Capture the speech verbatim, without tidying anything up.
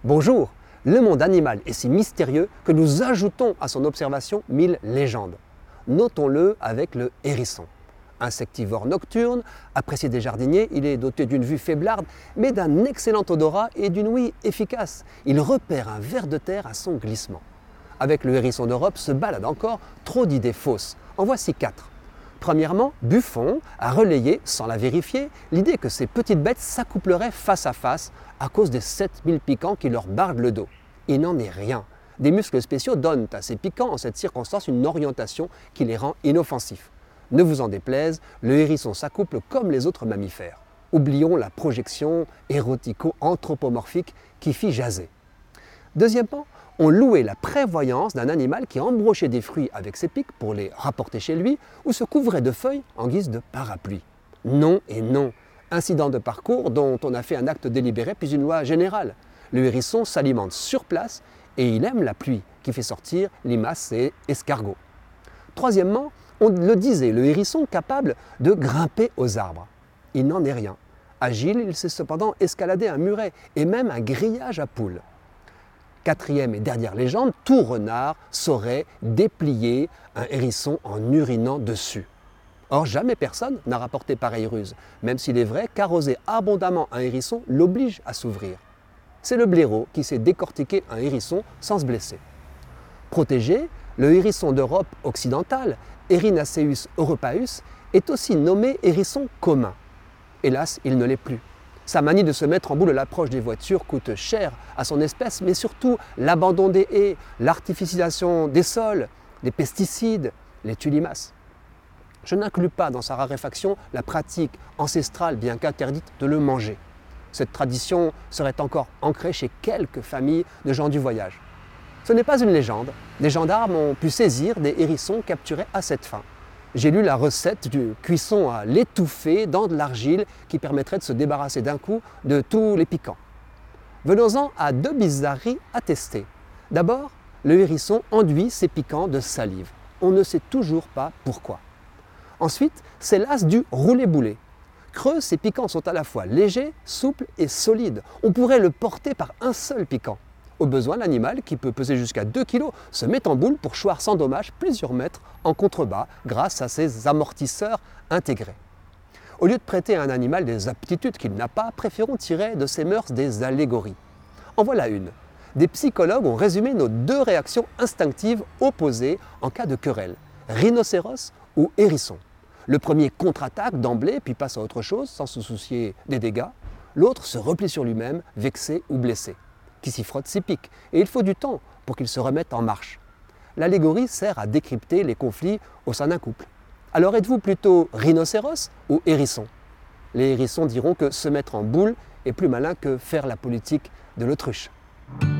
Bonjour, le monde animal est si mystérieux que nous ajoutons à son observation mille légendes. Notons-le avec le hérisson. Insectivore nocturne, apprécié des jardiniers, il est doté d'une vue faiblarde, mais d'un excellent odorat et d'une ouïe efficace. Il repère un ver de terre à son glissement. Avec le hérisson d'Europe se balade encore trop d'idées fausses. En voici quatre. Premièrement, Buffon a relayé, sans la vérifier, l'idée que ces petites bêtes s'accoupleraient face à face à cause des sept mille piquants qui leur bardent le dos. Il n'en est rien. Des muscles spéciaux donnent à ces piquants en cette circonstance une orientation qui les rend inoffensifs. Ne vous en déplaise, le hérisson s'accouple comme les autres mammifères. Oublions la projection érotico-anthropomorphique qui fit jaser. Deuxièmement, on louait la prévoyance d'un animal qui embrochait des fruits avec ses pics pour les rapporter chez lui ou se couvrait de feuilles en guise de parapluie. Non et non. Incident de parcours dont on a fait un acte délibéré puis une loi générale. Le hérisson s'alimente sur place et il aime la pluie qui fait sortir limaces et escargots. Troisièmement, on le disait, le hérisson capable de grimper aux arbres. Il n'en est rien. Agile, il sait cependant escalader un muret et même un grillage à poules. Quatrième et dernière légende, tout renard saurait déplier un hérisson en urinant dessus. Or, jamais personne n'a rapporté pareille ruse, même s'il est vrai qu'arroser abondamment un hérisson l'oblige à s'ouvrir. C'est le blaireau qui sait décortiquer un hérisson sans se blesser. Protégé, le hérisson d'Europe occidentale, Erinaceus europaeus, est aussi nommé hérisson commun. Hélas, il ne l'est plus. Sa manie de se mettre en boule à l'approche des voitures coûte cher à son espèce, mais surtout l'abandon des haies, l'artificialisation des sols, les pesticides, les tuent limaces. Je n'inclus pas dans sa raréfaction la pratique ancestrale, bien qu'interdite, de le manger. Cette tradition serait encore ancrée chez quelques familles de gens du voyage. Ce n'est pas une légende. Des gendarmes ont pu saisir des hérissons capturés à cette fin. J'ai lu la recette du cuisson à l'étouffée dans de l'argile qui permettrait de se débarrasser d'un coup de tous les piquants. Venons-en à deux bizarreries à tester. D'abord, le hérisson enduit ses piquants de salive. On ne sait toujours pas pourquoi. Ensuite, c'est l'as du roulé-boulé. Creux, ces piquants sont à la fois légers, souples et solides. On pourrait le porter par un seul piquant. Au besoin, l'animal, qui peut peser jusqu'à deux kilos, se met en boule pour choir sans dommage plusieurs mètres en contrebas grâce à ses amortisseurs intégrés. Au lieu de prêter à un animal des aptitudes qu'il n'a pas, préférons tirer de ses mœurs des allégories. En voilà une. Des psychologues ont résumé nos deux réactions instinctives opposées en cas de querelle, rhinocéros ou hérisson. Le premier contre-attaque d'emblée puis passe à autre chose sans se soucier des dégâts. L'autre se replie sur lui-même, vexé ou blessé, qui s'y frotte s'y pique, et il faut du temps pour qu'il se remette en marche. L'allégorie sert à décrypter les conflits au sein d'un couple. Alors êtes-vous plutôt rhinocéros ou hérisson? Les hérissons diront que se mettre en boule est plus malin que faire la politique de l'autruche.